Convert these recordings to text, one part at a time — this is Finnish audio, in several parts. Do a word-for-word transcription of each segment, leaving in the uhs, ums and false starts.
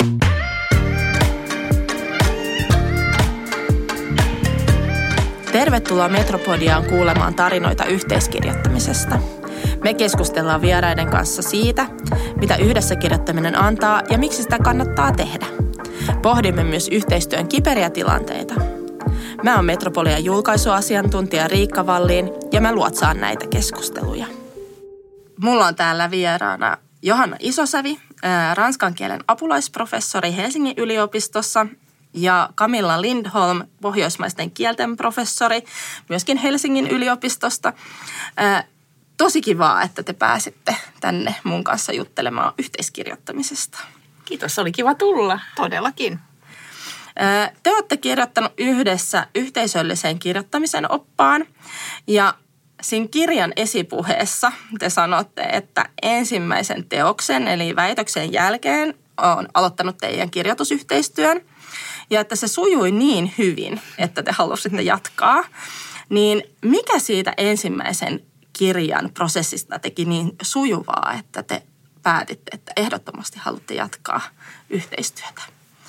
Tervetuloa Metropodiaan kuulemaan tarinoita yhteiskirjoittamisesta. Me keskustellaan vieraiden kanssa siitä, mitä yhdessä kirjoittaminen antaa ja miksi sitä kannattaa tehdä. Pohdimme myös yhteistyön kiperiä tilanteita. Mä oon Metropolian julkaisuasiantuntija Riikka Vallin ja mä luotsaan näitä keskusteluja. Mulla on täällä vieraana Johanna Isosävi, ranskan kielen apulaisprofessori Helsingin yliopistossa, ja Camilla Lindholm, pohjoismaisten kielten professori, myöskin Helsingin yliopistosta. Ää, tosi kivaa, että te pääsitte tänne mun kanssa juttelemaan yhteiskirjoittamisesta. Kiitos, oli kiva tulla. Todellakin. Ää, te olette kirjoittanut yhdessä yhteisöllisen kirjoittamisen oppaan, ja siinä kirjan esipuheessa te sanotte, että ensimmäisen teoksen eli väitöksen jälkeen on aloittanut teidän kirjoitusyhteistyön, ja että se sujui niin hyvin, että te halusitte jatkaa. Niin mikä siitä ensimmäisen kirjan prosessista teki niin sujuvaa, että te päätitte, että ehdottomasti haluatte jatkaa yhteistyötä?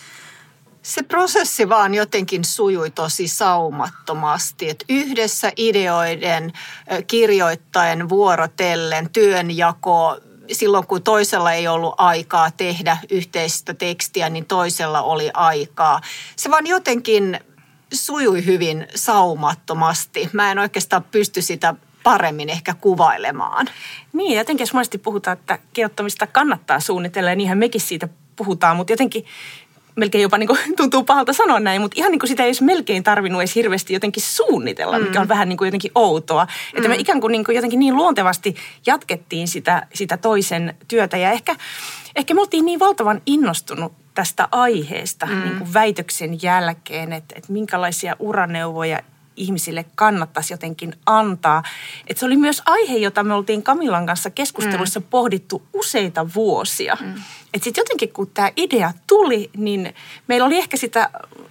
Se prosessi vaan jotenkin sujui tosi saumattomasti, että yhdessä ideoiden, kirjoittaen, vuorotellen, työnjako. Silloin kun toisella ei ollut aikaa tehdä yhteistä tekstiä, niin toisella oli aikaa. Se vaan jotenkin sujui hyvin saumattomasti. Mä en oikeastaan pysty sitä paremmin ehkä kuvailemaan. Niin, jotenkin jos monesti puhutaan, että kirjoittamista kannattaa suunnitella, ja niinhän mekin siitä puhutaan, mutta jotenkin melkein jopa niin kuin, tuntuu pahalta sanoa näin, mutta ihan niin kuin sitä ei olisi melkein tarvinnut edes hirveästi jotenkin suunnitella, mikä on vähän niin kuin jotenkin outoa. Mm. Että me ikään kuin, niin kuin jotenkin niin luontevasti jatkettiin sitä, sitä toisen työtä, ja ehkä, ehkä me oltiin niin valtavan innostunut tästä aiheesta mm. niin kuin väitöksen jälkeen, että, että minkälaisia uraneuvoja ihmisille kannattaisi jotenkin antaa. Että se oli myös aihe, jota me oltiin Camillan kanssa keskusteluissa mm. pohdittu useita vuosia. Mm. Että sitten jotenkin kun tämä idea tuli, niin meillä oli ehkä sitä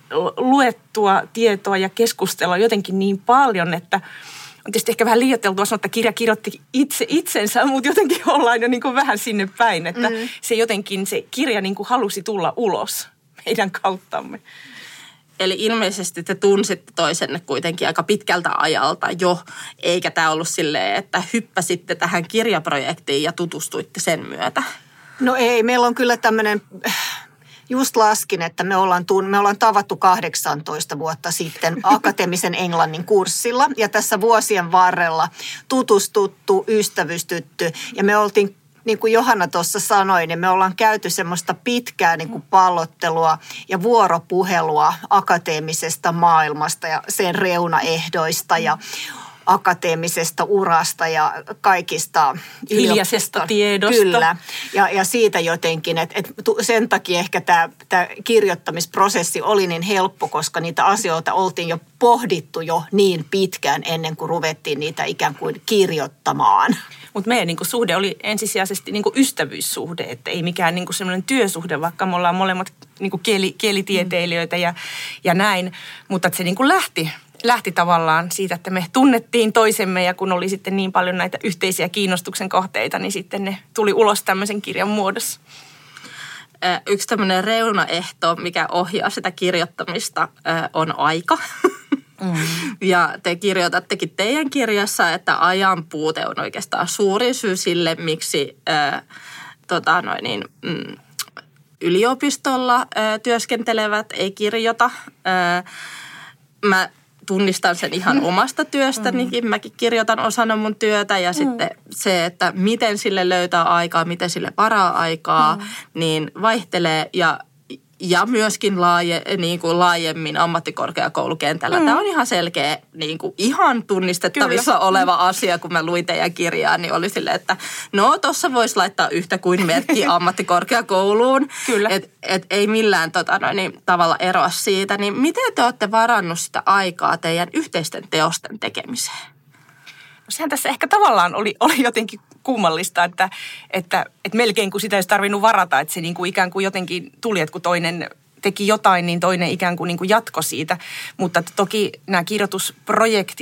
luettua tietoa ja keskustelua jotenkin niin paljon, että on tietysti ehkä vähän liioiteltua sanoa, että kirja kirjoitti itse itsensä, mutta jotenkin ollaan jo niin kuin vähän sinne päin, että mm. se jotenkin, se kirja niin kuin halusi tulla ulos meidän kauttamme. Eli ilmeisesti te tunsitte toisenne kuitenkin aika pitkältä ajalta jo, eikä tämä ollut silleen, että hyppäsitte tähän kirjaprojektiin ja tutustuitte sen myötä. No ei, meillä on kyllä tämmöinen, just laskin, että me ollaan, me ollaan tavattu kahdeksantoista vuotta sitten akateemisen englannin kurssilla ja tässä vuosien varrella tutustuttu, ystävystytty ja me oltiin, niin kuin Johanna tuossa sanoi, niin me ollaan käyty semmoista pitkää niin kuin pallottelua ja vuoropuhelua akateemisesta maailmasta ja sen reunaehdoista ja akateemisesta urasta ja kaikista hiljaisesta tiedosta. Kyllä. Ja, ja siitä jotenkin, että, että sen takia ehkä tämä, tämä kirjoittamisprosessi oli niin helppo, koska niitä asioita oltiin jo pohdittu jo niin pitkään ennen kuin ruvettiin niitä ikään kuin kirjoittamaan. Mutta meidän niinku suhde oli ensisijaisesti niinku ystävyyssuhde, että ei mikään niinku semmoinen työsuhde, vaikka me ollaan molemmat niinku kieli, kielitieteilijöitä ja, ja näin. Mutta se niinku lähti, lähti tavallaan siitä, että me tunnettiin toisemme ja kun oli sitten niin paljon näitä yhteisiä kiinnostuksen kohteita, niin sitten ne tuli ulos tämmöisen kirjan muodossa. Yksi tämmöinen reunaehto, mikä ohjaa sitä kirjoittamista, on aika. Mm. Ja te kirjoitattekin teidän kirjassa, että ajan puute on oikeastaan suurin syy sille, miksi ää, tota noin niin, mm, yliopistolla ää, työskentelevät ei kirjoita. Ää, mä tunnistan sen ihan omasta työstänikin. Mäkin kirjoitan osana mun työtä ja mm. sitten se, että miten sille löytää aikaa, miten sille varaa aikaa, mm. niin vaihtelee ja Ja myöskin laaje, niin kuin laajemmin ammattikorkeakoulukentällä. Mm. Tämä on ihan selkeä, niin kuin ihan tunnistettavissa Kyllä. oleva asia, kun mä luin teidän kirjaa, niin oli silleen, että no tuossa voisi laittaa yhtä kuin merkki ammattikorkeakouluun. Kyllä. Että et ei millään tota, no, niin, tavalla eroa siitä. Niin miten te olette varannut sitä aikaa teidän yhteisten teosten tekemiseen? No sehän tässä ehkä tavallaan oli, oli jotenkin kummallista, että, että, että melkein kuin sitä olisi tarvinnut varata, että se niin kuin ikään kuin jotenkin tuli, että kun toinen teki jotain, niin toinen ikään kuin, niin kuin jatkoi siitä. Mutta toki nämä kirjoitusprojektit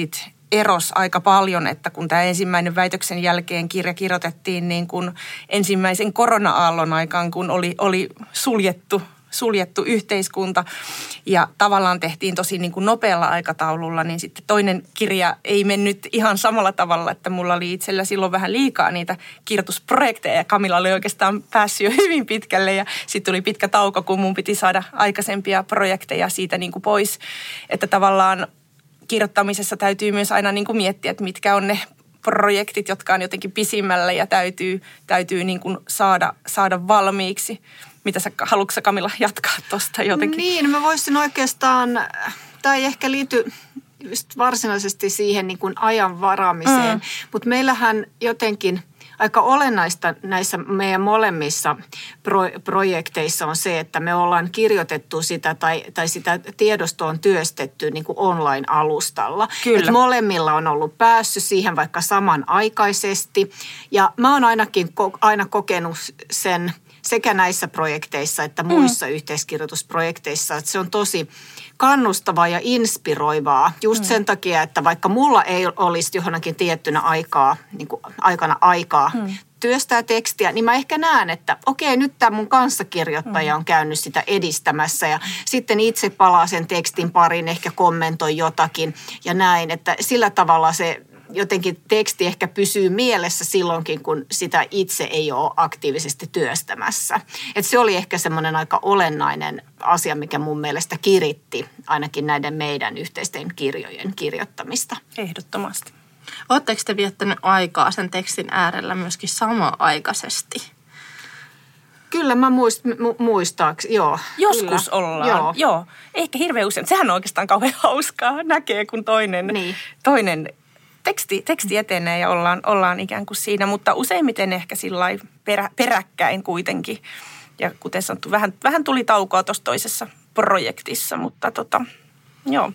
eros aika paljon, että kun tämä ensimmäinen väitöksen jälkeen kirja kirjoitettiin niin kuin ensimmäisen korona-aallon aikaan, kun oli, oli suljettu, suljettu yhteiskunta ja tavallaan tehtiin tosi niin kuin nopealla aikataululla, niin sitten toinen kirja ei mennyt ihan samalla tavalla, että mulla oli itsellä silloin vähän liikaa niitä kirjoitusprojekteja ja Camilla oli oikeastaan päässyt jo hyvin pitkälle ja sitten tuli pitkä tauko, kun mun piti saada aikaisempia projekteja siitä niin kuin pois, että tavallaan kirjoittamisessa täytyy myös aina niin kuin miettiä, että mitkä on ne projektit, jotka on jotenkin pisimmällä ja täytyy, täytyy niin kuin saada, saada valmiiksi. Mitä sä, haluatko sä Camilla jatkaa tuosta jotenkin? Niin, mä voisin oikeastaan, tämä ei ehkä liity just varsinaisesti siihen niin kuin ajan varaamiseen, mm. mutta meillähän jotenkin aika olennaista näissä meidän molemmissa pro, projekteissa on se, että me ollaan kirjoitettu sitä tai, tai sitä tiedostoa on työstetty niin kuin online-alustalla. Kyllä. Molemmilla on ollut päässyt siihen vaikka samanaikaisesti ja mä oon ainakin ko, aina kokenut sen sekä näissä projekteissa että muissa mm. yhteiskirjoitusprojekteissa, että se on tosi kannustavaa ja inspiroivaa just mm. sen takia, että vaikka mulla ei olisi johonkin tiettynä aikaa, niin kuin aikana aikaa mm. työstää tekstiä, niin mä ehkä näen, että okei, nyt tämä mun kanssakirjoittaja on käynyt sitä edistämässä ja sitten itse palaa sen tekstin pariin, ehkä kommentoi jotakin ja näin, että sillä tavalla se jotenkin teksti ehkä pysyy mielessä silloinkin, kun sitä itse ei ole aktiivisesti työstämässä. Et se oli ehkä semmoinen aika olennainen asia, mikä mun mielestä kiritti ainakin näiden meidän yhteisten kirjojen kirjoittamista. Ehdottomasti. Oletteko te viettänyt aikaa sen tekstin äärellä myöskin sama-aikaisesti? Kyllä mä muist, mu, muistaakseni, joo. Joskus kyllä. ollaan, joo. joo. Ehkä hirveän usein. Sehän on oikeastaan kauhean hauskaa, näkee kun toinen, niin. toinen teksti, teksti etenee ja ollaan, ollaan ikään kuin siinä, mutta useimmiten ehkä sillai perä, peräkkäin kuitenkin. Ja kuten sanottu, vähän, vähän tuli taukoa tuossa toisessa projektissa, mutta tota, joo.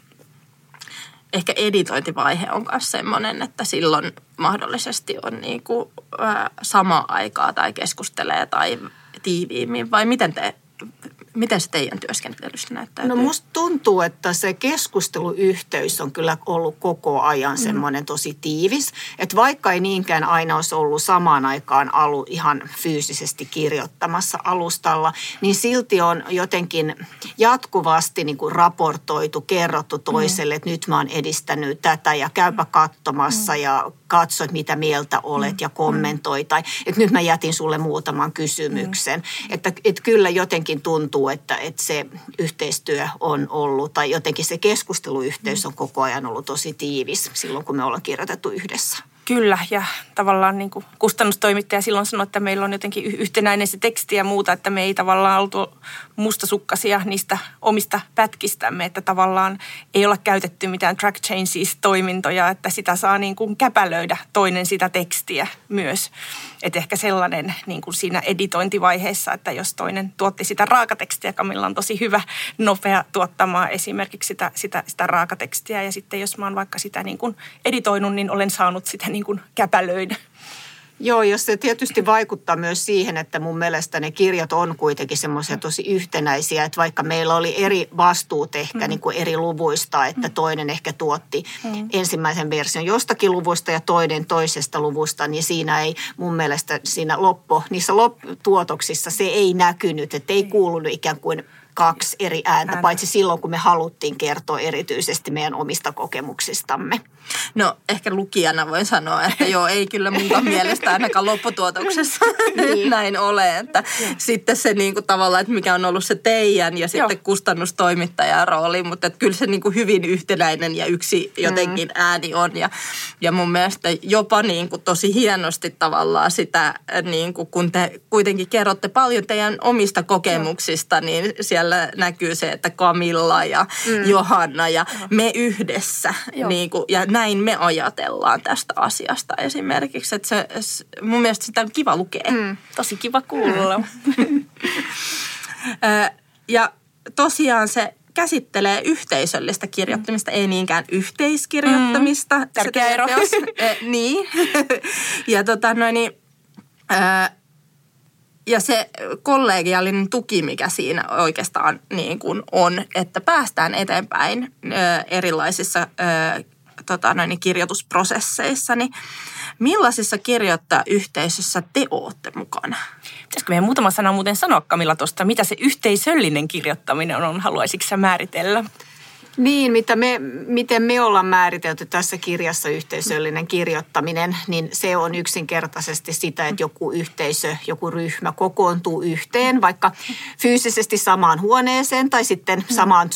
Ehkä editointivaihe on myös semmoinen, että silloin mahdollisesti on niinku, ä, samaa aikaa tai keskustelee tai tiiviimmin, vai miten te... Miten se teidän työskentelyssä näyttää? No musta tuntuu, että se keskusteluyhteys on kyllä ollut koko ajan semmoinen tosi tiivis. Että vaikka ei niinkään aina olisi ollut samaan aikaan alu ihan fyysisesti kirjoittamassa alustalla, niin silti on jotenkin jatkuvasti niin kuin raportoitu, kerrottu toiselle, että nyt mä oon edistänyt tätä ja käypä katsomassa ja katso, mitä mieltä olet ja kommentoi. Tai että nyt mä jätin sulle muutaman kysymyksen. Että, että kyllä jotenkin tuntuu, Että, että se yhteistyö on ollut, tai jotenkin se keskusteluyhteys on koko ajan ollut tosi tiivis silloin, kun me ollaan kirjoitettu yhdessä. Kyllä, ja tavallaan niin kuin kustannustoimittaja silloin sanoi, että meillä on jotenkin yhtenäinen se teksti ja muuta, että me ei tavallaan oltu mustasukkaisia niistä omista pätkistämme, että tavallaan ei olla käytetty mitään track changes-toimintoja, että sitä saa niin kuin käpälöidä toinen sitä tekstiä myös. Että ehkä sellainen niin kuin siinä editointivaiheessa, että jos toinen tuotti sitä raakatekstiä, Camilla on tosi hyvä, nopea tuottamaan esimerkiksi sitä, sitä, sitä raakatekstiä, ja sitten jos mä oon vaikka sitä niin kuin editoinut, niin olen saanut sitä niin kuin käpälöidä. Joo, jos se tietysti vaikuttaa myös siihen, että mun mielestä ne kirjat on kuitenkin semmoisia tosi yhtenäisiä, että vaikka meillä oli eri vastuut ehkä mm. niin kuin eri luvuista, että toinen ehkä tuotti mm. ensimmäisen version jostakin luvusta ja toinen toisesta luvusta, niin siinä ei mun mielestä siinä loppu, niissä lopputuotoksissa se ei näkynyt, että ei kuulunut ikään kuin kaksi eri ääntä, ääntä, paitsi silloin, kun me haluttiin kertoa erityisesti meidän omista kokemuksistamme. No ehkä lukijana voin sanoa, että joo, ei kyllä munkaan mielestä ainakaan lopputuotoksessa niin. näin ole. Että sitten se niinku tavallaan, että mikä on ollut se teidän ja sitten joo. kustannustoimittajan rooli, mutta että kyllä se niinku hyvin yhtenäinen ja yksi jotenkin mm. ääni on. Ja, ja mun mielestä jopa niinku tosi hienosti tavallaan sitä, niinku, kun te kuitenkin kerrotte paljon teidän omista kokemuksista, mm. niin siellä näkyy se, että Camilla ja mm. Johanna ja mm. me yhdessä niinku, ja näin me ajatellaan tästä asiasta esimerkiksi. Että se, mun mielestä sitä on kiva lukea. Mm, tosi kiva kuulla. Ja tosiaan se käsittelee yhteisöllistä kirjoittamista, mm. ei niinkään yhteiskirjoittamista. Mm, tärkeä ero. Niin. Ja tota noin niin... Ja se kollegiaalinen tuki, mikä siinä oikeastaan niin kuin on, että päästään eteenpäin erilaisissa tota, noin, kirjoitusprosesseissa, niin millaisissa kirjoittajayhteisöissä te ootte mukana? Pitäisikö meidän muutama sana muuten sanoa, Camilla, tuosta, mitä se yhteisöllinen kirjoittaminen on? Haluaisitko sä määritellä? Niin, mitä me, miten me ollaan määritelty tässä kirjassa yhteisöllinen kirjoittaminen, niin se on yksinkertaisesti sitä, että joku yhteisö, joku ryhmä kokoontuu yhteen, vaikka fyysisesti samaan huoneeseen tai sitten samaan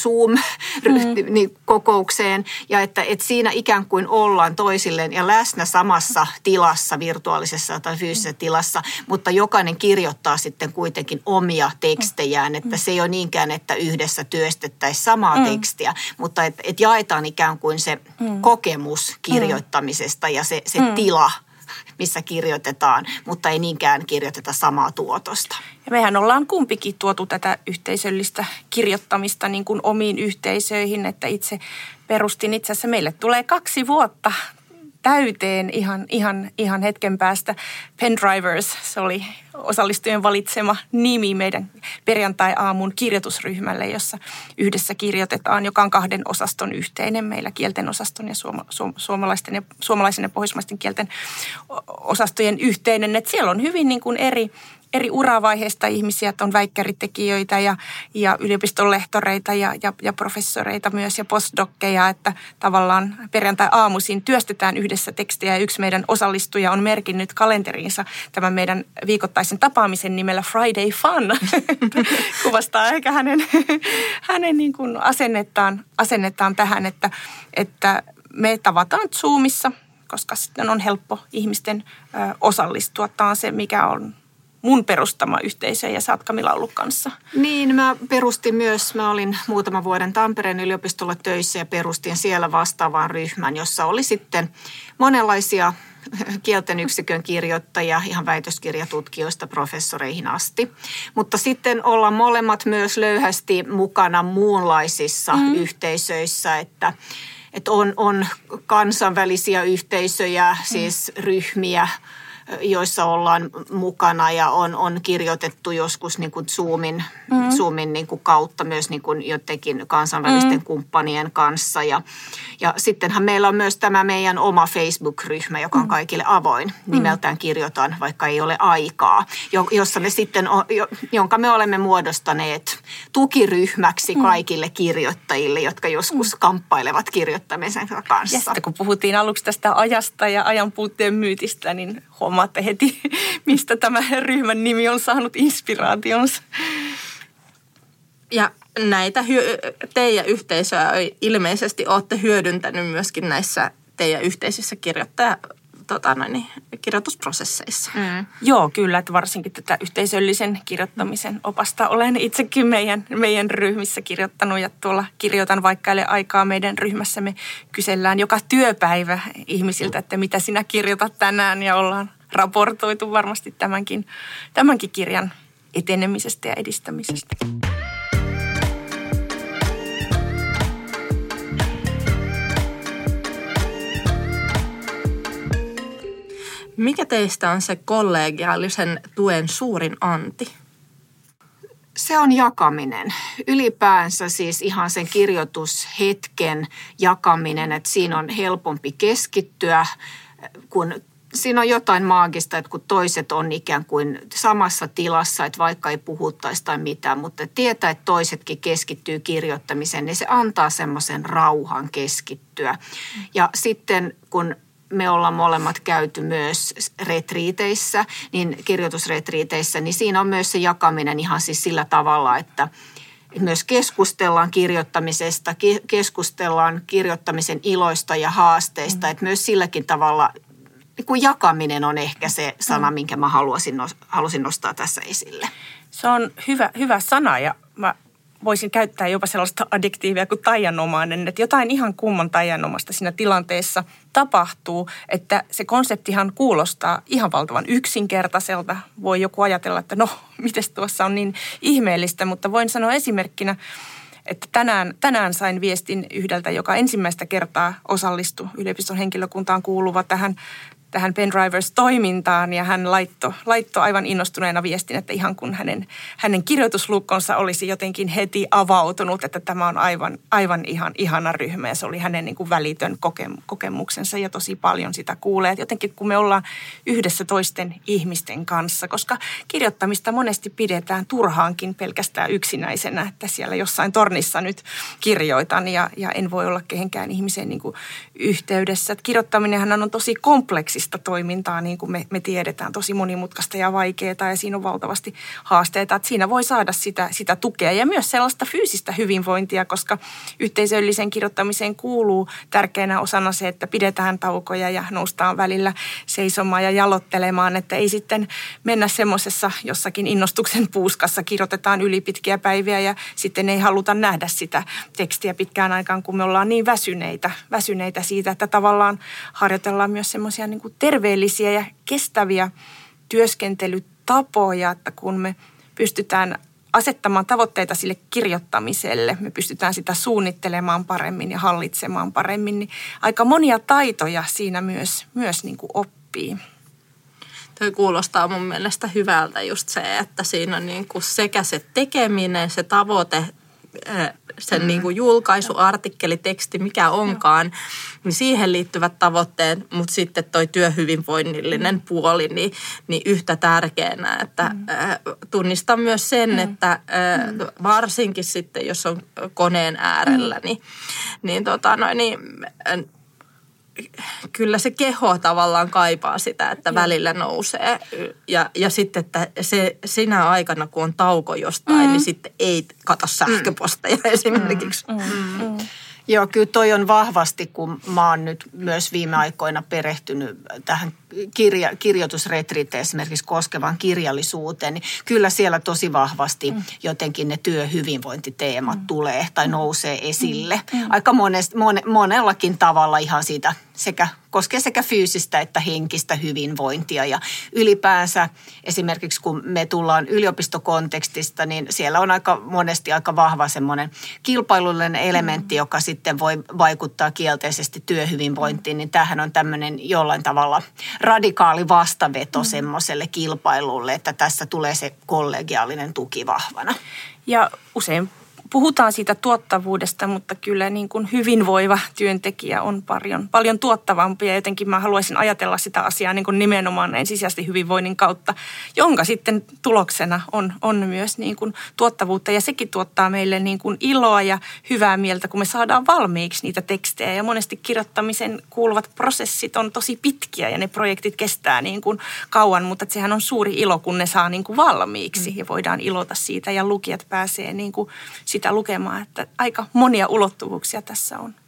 Zoom-kokoukseen. Ja että, että siinä ikään kuin ollaan toisilleen ja läsnä samassa tilassa, virtuaalisessa tai fyysisessä tilassa, mutta jokainen kirjoittaa sitten kuitenkin omia tekstejään, että se ei ole niinkään, että yhdessä työstettäisiin samaa tekstiä, mutta että et jaetaan ikään kuin se mm. kokemus kirjoittamisesta ja se, se mm. tila, missä kirjoitetaan, mutta ei niinkään kirjoiteta samaa tuotosta. Ja mehän ollaan kumpikin tuotu tätä yhteisöllistä kirjoittamista niin kuin omiin yhteisöihin, että itse perustin itse asiassa, meille tulee kaksi vuotta täyteen ihan, ihan, ihan hetken päästä. Pendrivers, se oli osallistujien valitsema nimi meidän perjantai-aamun kirjoitusryhmälle, jossa yhdessä kirjoitetaan, joka on kahden osaston yhteinen meillä, kielten osaston ja suoma, suom, suomalaisten ja, suomalaisen ja pohjoismaisten kielten osastojen yhteinen. Et siellä on hyvin niin kuin eri, eri uravaiheista ihmisiä, että on väikkäritekijöitä ja, ja yliopiston lehtoreita ja, ja, ja professoreita myös ja postdokkeja, että tavallaan perjantai-aamuisin työstetään yhdessä tekstejä ja yksi meidän osallistuja on merkinnyt kalenteriinsa tämän meidän viikoittaisen tapaamisen nimellä Friday Fun. Kuvastaa ehkä hänen, hänen niin kuin asennettaan, asennettaan tähän, että, että me tavataan Zoomissa, koska sitten on helppo ihmisten ö, osallistua. Tämä on se, mikä on mun perustama yhteisö ja sä oot Camilla ollut kanssa. Niin, mä perustin myös, mä olin muutaman vuoden Tampereen yliopistolla töissä ja perustin siellä vastaavan ryhmän, jossa oli sitten monenlaisia kielten yksikön kirjoittajia, ihan väitöskirjatutkijoista professoreihin asti. Mutta sitten ollaan molemmat myös löyhästi mukana muunlaisissa mm. yhteisöissä, että että on, on kansainvälisiä yhteisöjä, siis mm. ryhmiä, joissa ollaan mukana ja on, on kirjoitettu joskus niin kuin Zoomin, mm. Zoomin niin kuin kautta myös niin kuin jotenkin kansainvälisten mm. kumppanien kanssa. Ja, ja sittenhän meillä on myös tämä meidän oma Facebook-ryhmä, joka on kaikille avoin. Nimeltään Kirjoitan, vaikka ei ole aikaa, jossa me sitten, on, jonka me olemme muodostaneet tukiryhmäksi mm. kaikille kirjoittajille, jotka joskus mm. kamppailevat kirjoittamisen kanssa. Ja sitten kun puhuttiin aluksi tästä ajasta ja ajan puutteen myytistä, niin huomaatte heti, mistä tämä ryhmän nimi on saanut inspiraationsa. Ja näitä hyö- teidän yhteisöä ilmeisesti olette hyödyntänyt myöskin näissä teidän yhteisissä kirjoittaja, tota noin, kirjoitusprosesseissa. Mm. Joo, kyllä, että varsinkin tätä yhteisöllisen kirjoittamisen opasta olen itsekin meidän, meidän ryhmissä kirjoittanut ja tuolla Kirjoitan vaikka ei aikaa meidän ryhmässämme kysellään joka työpäivä ihmisiltä, että mitä sinä kirjoitat tänään ja ollaan raportoitu varmasti tämänkin, tämänkin kirjan etenemisestä ja edistämisestä. Mikä teistä on se kollegiaalisen tuen suurin anti? Se on jakaminen. Ylipäänsä siis ihan sen kirjoitushetken jakaminen, että siinä on helpompi keskittyä, kun siinä on jotain maagista, että kun toiset on ikään kuin samassa tilassa, että vaikka ei puhuttaisi tai mitään, mutta tietää, että toisetkin keskittyy kirjoittamiseen, niin se antaa semmoisen rauhan keskittyä. Ja sitten kun me ollaan molemmat käyty myös retriiteissä, niin kirjoitusretriiteissä, niin siinä on myös se jakaminen ihan siis sillä tavalla, että myös keskustellaan kirjoittamisesta, keskustellaan kirjoittamisen iloista ja haasteista, mm. että myös silläkin tavalla kun jakaminen on ehkä se sana, minkä mä haluaisin, halusin nostaa tässä esille. Se on hyvä, hyvä sana ja mä voisin käyttää jopa sellaista adjektiivia kuin taianomainen, että jotain ihan kumman taianomasta siinä tilanteessa tapahtuu, että se konseptihan kuulostaa ihan valtavan yksinkertaiselta. Voi joku ajatella, että no, mites tuossa on niin ihmeellistä, mutta voin sanoa esimerkkinä, että tänään, tänään sain viestin yhdeltä, joka ensimmäistä kertaa osallistui yliopiston henkilökuntaan kuuluva tähän tähän Pendrivers-toimintaan ja hän laittoi, laittoi aivan innostuneena viestin, että ihan kun hänen, hänen kirjoituslukkonsa olisi jotenkin heti avautunut, että tämä on aivan, aivan ihan ihana ryhmä ja se oli hänen niin kuin välitön kokemuksensa ja tosi paljon sitä kuulee. Että jotenkin kun me ollaan yhdessä toisten ihmisten kanssa, koska kirjoittamista monesti pidetään turhaankin pelkästään yksinäisenä, että siellä jossain tornissa nyt kirjoitan ja, ja en voi olla kehenkään ihmiseen niin kuin yhteydessä. Että kirjoittaminenhan on tosi kompleksista toimintaa, niin kuin me, me tiedetään, tosi monimutkaista ja vaikeaa ja siinä on valtavasti haasteita. Että siinä voi saada sitä, sitä tukea ja myös sellaista fyysistä hyvinvointia, koska yhteisölliseen kirjoittamiseen kuuluu tärkeänä osana se, että pidetään taukoja ja noustaan välillä seisomaan ja jalottelemaan, että ei sitten mennä semmoisessa jossakin innostuksen puuskassa, kirjoitetaan yli pitkiä päiviä ja sitten ei haluta nähdä sitä tekstiä pitkään aikaan, kun me ollaan niin väsyneitä, väsyneitä siitä, että tavallaan harjoitellaan myös semmoisia niin kuin terveellisiä ja kestäviä työskentelytapoja, että kun me pystytään asettamaan tavoitteita sille kirjoittamiselle, me pystytään sitä suunnittelemaan paremmin ja hallitsemaan paremmin, niin aika monia taitoja siinä myös, myös niin kuin oppii. Toi kuulostaa mun mielestä hyvältä just se, että siinä on niin kuin sekä se tekeminen, se tavoite, sen niin kuin julkaisu, artikkeli, teksti, mikä onkaan, niin siihen liittyvät tavoitteet, mutta sitten toi työhyvinvoinnillinen mm. puoli, niin, niin yhtä tärkeänä, että mm. tunnistan myös sen, mm. että mm. varsinkin sitten, jos on koneen äärellä, mm. niin, niin, tota, no, niin kyllä se keho tavallaan kaipaa sitä, että välillä nousee. Ja, ja sitten, että se, sinä aikana, kun on tauko jostain, mm. niin sitten ei kato sähköposteja mm. esimerkiksi. Mm. Mm. Mm. Joo, kyllä toi on vahvasti, kun mä oon nyt myös viime aikoina perehtynyt tähän kirja, kirjoitusretriitteihin esimerkiksi koskevan kirjallisuuteen, niin kyllä siellä tosi vahvasti mm. jotenkin ne työhyvinvointiteemat mm. tulee tai nousee esille. Mm. Aika monest, mon, monellakin tavalla ihan siitä sekä koskee sekä fyysistä että henkistä hyvinvointia ja ylipäänsä esimerkiksi kun me tullaan yliopistokontekstista, niin siellä on aika monesti aika vahva semmoinen kilpailullinen elementti, mm. joka sitten voi vaikuttaa kielteisesti työhyvinvointiin, niin tämähän on tämmöinen jollain tavalla radikaali vastaveto mm. semmoiselle kilpailulle, että tässä tulee se kollegiaalinen tuki vahvana. Ja usein puhutaan siitä tuottavuudesta, mutta kyllä niin kuin hyvinvoiva työntekijä on paljon, paljon tuottavampi ja jotenkin mä haluaisin ajatella sitä asiaa niin kuin nimenomaan ensisijaisesti hyvinvoinnin kautta, jonka sitten tuloksena on, on myös niin kuin tuottavuutta ja sekin tuottaa meille niin kuin iloa ja hyvää mieltä, kun me saadaan valmiiksi niitä tekstejä ja monesti kirjoittamisen kuuluvat prosessit on tosi pitkiä ja ne projektit kestää niin kuin kauan, mutta sehän on suuri ilo, kun ne saa niin kuin valmiiksi ja voidaan ilota siitä ja lukijat pääsee niin kuin sitä lukemaan, että aika monia ulottuvuuksia tässä on.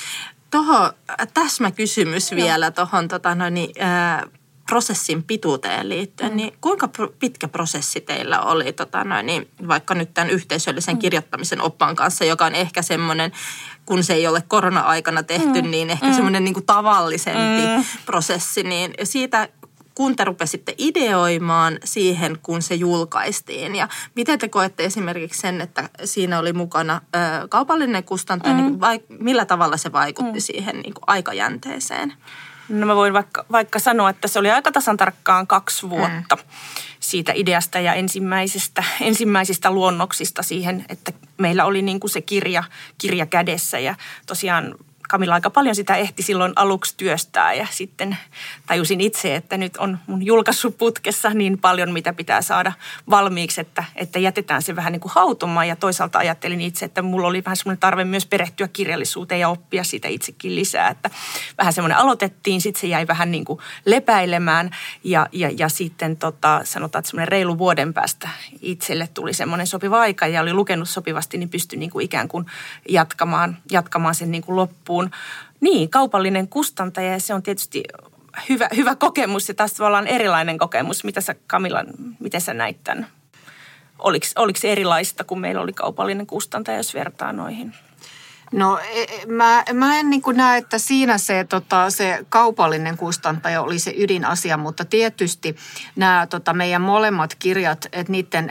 Tuohon täsmäkysymys vielä tuohon tota, no niin, äh, prosessin pituuteen liittyen, mm. niin kuinka pitkä prosessi teillä oli tota, no niin, vaikka nyt tämän yhteisöllisen mm. kirjoittamisen oppaan kanssa, joka on ehkä semmoinen, kun se ei ole korona-aikana tehty, mm. niin ehkä mm. semmoinen niin kuin tavallisempi mm. prosessi, niin siitä kun te rupesitte ideoimaan siihen, kun se julkaistiin. Ja miten te koette esimerkiksi sen, että siinä oli mukana ö, kaupallinen kustantaja, mm. niin vai, millä tavalla se vaikutti mm. siihen niin kuin aikajänteeseen? No mä voin vaikka, vaikka sanoa, että se oli aika tasan tarkkaan kaksi vuotta mm. siitä ideasta ja ensimmäisestä, ensimmäisistä luonnoksista siihen, että meillä oli niin kuin se kirja, kirja kädessä ja tosiaan Camilla aika paljon sitä ehti silloin aluksi työstää ja sitten tajusin itse, että nyt on mun julkaisuputkessa niin paljon, mitä pitää saada valmiiksi, että, että jätetään se vähän niin kuin hautumaan. Ja toisaalta ajattelin itse, että mulla oli vähän semmoinen tarve myös perehtyä kirjallisuuteen ja oppia siitä itsekin lisää. Että vähän semmoinen aloitettiin, sitten se jäi vähän niin kuin lepäilemään ja, ja, ja sitten tota, sanotaan, että semmoinen reilu vuoden päästä itselle tuli semmoinen sopiva aika ja oli lukenut sopivasti, niin pystyi niin kuin ikään kuin jatkamaan, jatkamaan sen niin kuin loppuun. Niin, kaupallinen kustantaja ja se on tietysti hyvä, hyvä kokemus ja taas tavallaan erilainen kokemus. Mitä sä Camilla, miten sä näit tämän? Oliko, oliko se erilaista, kun meillä oli kaupallinen kustantaja, jos vertaa noihin? No mä, mä en niin kuin näe, että siinä se, tota, se kaupallinen kustantaja oli se ydinasia, mutta tietysti nämä tota, meidän molemmat kirjat, että niiden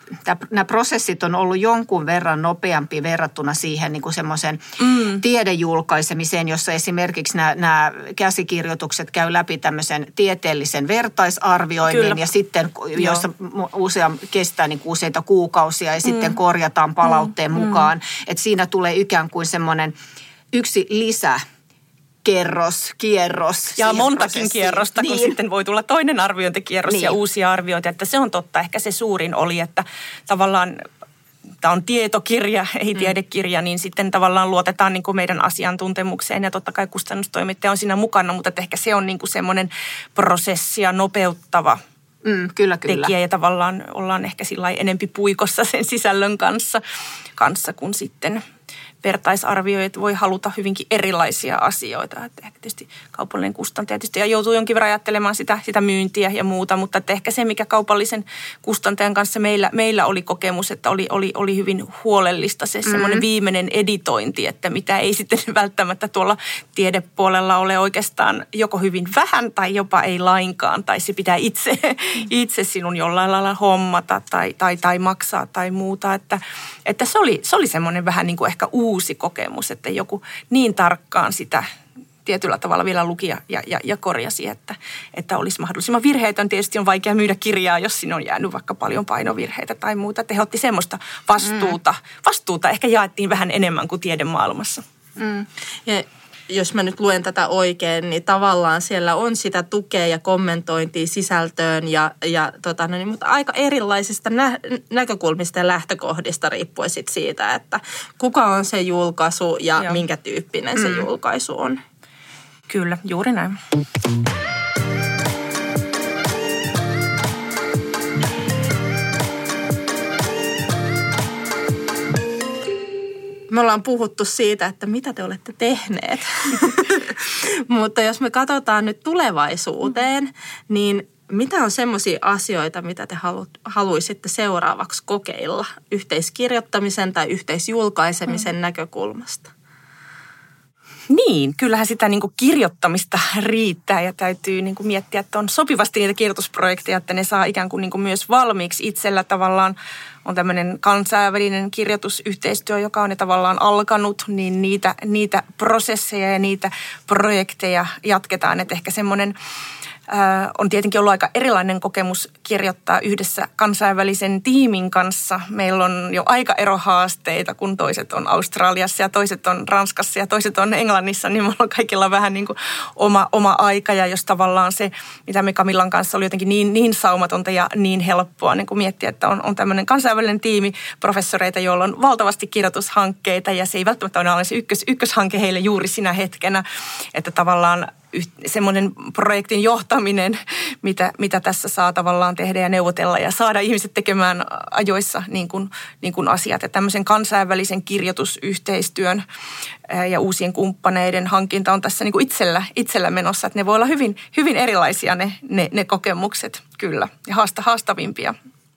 nämä prosessit on ollut jonkun verran nopeampi verrattuna siihen niin kuin semmoisen mm. tiedejulkaisemiseen, jossa esimerkiksi nämä, nämä käsikirjoitukset käy läpi tämmöisen tieteellisen vertaisarvioinnin Kyllä. ja sitten, jossa usea, kestää niin kuin useita kuukausia ja mm. sitten korjataan palautteen mm. mukaan. Että siinä tulee ikään kuin semmoinen yksi lisä. Kerros, kierros. Ja montakin kierrosta, kun niin. sitten voi tulla toinen arviointikierros niin. ja uusia arviointeja. Että se on totta. Ehkä se suurin oli, että tavallaan tämä on tietokirja, ei mm. tiedekirja, niin sitten tavallaan luotetaan niin kuin meidän asiantuntemukseen. Ja totta kai kustannustoimittaja on siinä mukana, mutta ehkä se on niin kuin semmoinen prosessia nopeuttava mm, kyllä, kyllä. tekijä. Ja tavallaan ollaan ehkä sillä enempi puikossa sen sisällön kanssa, kanssa kuin sitten vertaisarvioijat voi haluta hyvinkin erilaisia asioita. Että ehkä tietysti kaupallinen kustantaja tietysti ja joutuu jonkin verran ajattelemaan sitä, sitä myyntiä ja muuta, mutta että ehkä se, mikä kaupallisen kustantajan kanssa meillä, meillä oli kokemus, että oli, oli, oli hyvin huolellista se mm-hmm. semmoinen viimeinen editointi, että mitä ei sitten välttämättä tuolla tiedepuolella ole oikeastaan joko hyvin vähän tai jopa ei lainkaan, tai se pitää itse, itse sinun jollain lailla hommata tai, tai, tai maksaa tai muuta, että, että se oli, se oli semmoinen vähän niin kuin ehkä uusi kokemus, että joku niin tarkkaan sitä tietyllä tavalla vielä luki ja, ja, ja korjasi, että, että olisi mahdollisimman virheitön. Tietysti on vaikea myydä kirjaa, jos siinä on jäänyt vaikka paljon painovirheitä tai muuta. Että he otti semmoista vastuuta. Mm. Vastuuta ehkä jaettiin vähän enemmän kuin tiedemaailmassa. Mm. Ja jos mä nyt luen tätä oikein, niin tavallaan siellä on sitä tukea ja kommentointia sisältöön, ja, ja tota, no niin, mutta aika erilaisista nä- näkökulmista ja lähtökohdista riippuen sit siitä, että kuka on se julkaisu ja Joo. minkä tyyppinen mm. se julkaisu on. Kyllä, juuri näin. Me ollaan puhuttu siitä, että mitä te olette tehneet. Mutta jos me katsotaan nyt tulevaisuuteen, niin mitä on semmoisia asioita, mitä te halu- haluaisitte seuraavaksi kokeilla yhteiskirjoittamisen tai yhteisjulkaisemisen mm. näkökulmasta? Niin, kyllähän sitä niin kuin kirjoittamista riittää ja täytyy niin kuin miettiä, että on sopivasti niitä kirjoitusprojekteja, että ne saa ikään kuin, niin kuin myös valmiiksi itsellä tavallaan. On tämmöinen kansainvälinen kirjoitusyhteistyö, joka on jo tavallaan alkanut, niin niitä, niitä prosesseja ja niitä projekteja jatketaan. Että ehkä semmoinen äh, on tietenkin ollut aika erilainen kokemus kirjoittaa yhdessä kansainvälisen tiimin kanssa. Meillä on jo aika erohaasteita, kun toiset on Australiassa ja toiset on Ranskassa ja toiset on Englannissa, niin meillä on kaikilla vähän niin kuin oma, oma aika. Ja jos tavallaan se, mitä me Camillan kanssa oli jotenkin niin, niin saumatonta ja niin helppoa niin kuin miettiä, että on, on tämmöinen kansainvälinen tiimi professoreita, joilla on valtavasti kirjoitushankkeita ja se ei välttämättä ole se ykkös, ykköshanke heille juuri sinä hetkenä, että tavallaan semmoinen projektin johtaminen, mitä, mitä tässä saa tavallaan tehdä ja neuvotella ja saada ihmiset tekemään ajoissa niin kuin, niin kuin asiat. Ja tämmöisen kansainvälisen kirjoitusyhteistyön ja uusien kumppaneiden hankinta on tässä niin kuin itsellä, itsellä menossa. Että ne voi olla hyvin, hyvin erilaisia ne, ne, ne kokemukset kyllä ja haasta, haastavimpia.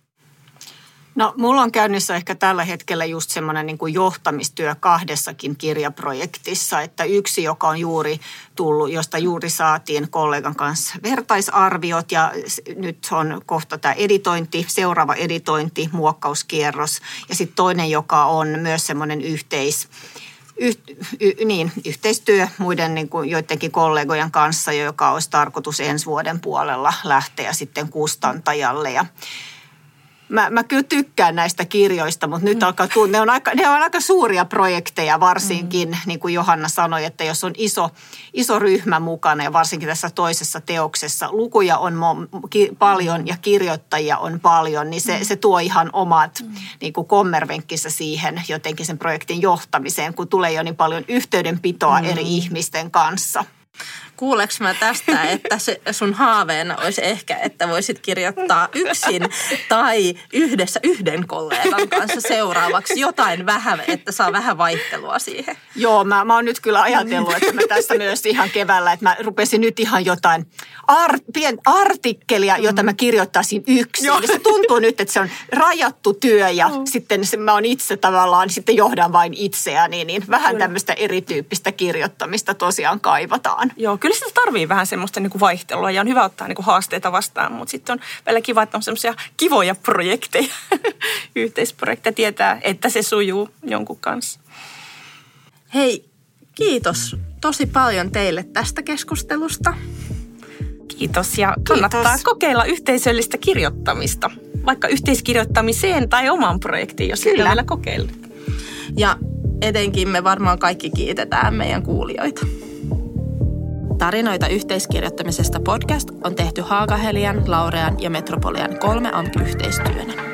No, mulla on käynnissä ehkä tällä hetkellä just semmoinen niin kuin johtamistyö kahdessakin kirjaprojektissa, että yksi, joka on juuri tullut, josta juuri saatiin kollegan kanssa vertaisarviot ja nyt on kohta tämä editointi, seuraava editointi, muokkauskierros ja sitten toinen, joka on myös semmoinen yhteis, yh, y, niin, yhteistyö muiden niin kuin joidenkin kollegojen kanssa, joka olisi tarkoitus ensi vuoden puolella lähteä sitten kustantajalle ja Mä, mä kyllä tykkään näistä kirjoista, mutta nyt mm. alkaa tunne, ne on aika, ne on aika suuria projekteja varsinkin, mm. niin kuin Johanna sanoi, että jos on iso, iso ryhmä mukana ja varsinkin tässä toisessa teoksessa lukuja on mo- ki, paljon ja kirjoittajia on paljon, niin se, mm. se tuo ihan omat mm. niin kuin kommervenkkinsä siihen jotenkin sen projektin johtamiseen, kun tulee jo niin paljon yhteydenpitoa mm. eri ihmisten kanssa. Kuuleeko mä tästä, että se sun haaveena olisi ehkä, että voisit kirjoittaa yksin tai yhdessä yhden kollegan kanssa seuraavaksi jotain vähän, että saa vähän vaihtelua siihen? Joo, mä, mä oon nyt kyllä ajatellut, että mä tässä myös ihan keväällä, että mä rupesin nyt ihan jotain art, pien artikkelia, jota mä kirjoittaisin yksin. Ja se tuntuu nyt, että se on rajattu työ ja mm. sitten se, mä oon itse tavallaan, sitten johdan vain itseäni, niin vähän kyllä. tämmöistä erityyppistä kirjoittamista tosiaan kaivataan. Joo, kyllä kyllä sitä tarvii vähän semmoista niin kuin vaihtelua ja on hyvä ottaa niin kuin haasteita vastaan, mutta sitten on välillä kiva, että on semmoisia kivoja projekteja, yhteisprojekteja, tietää, että se sujuu jonkun kanssa. Hei, kiitos tosi paljon teille tästä keskustelusta. Kiitos ja kannattaa Kiitos. kokeilla yhteisöllistä kirjoittamista, vaikka yhteiskirjoittamiseen tai omaan projektiin, jos sitä vielä kokeillut. Ja etenkin me varmaan kaikki kiitetään meidän kuulijoita. Tarinoita yhteiskirjoittamisesta podcast on tehty Haagahelian, Laurean ja Metropolian kolme A M K-yhteistyönä.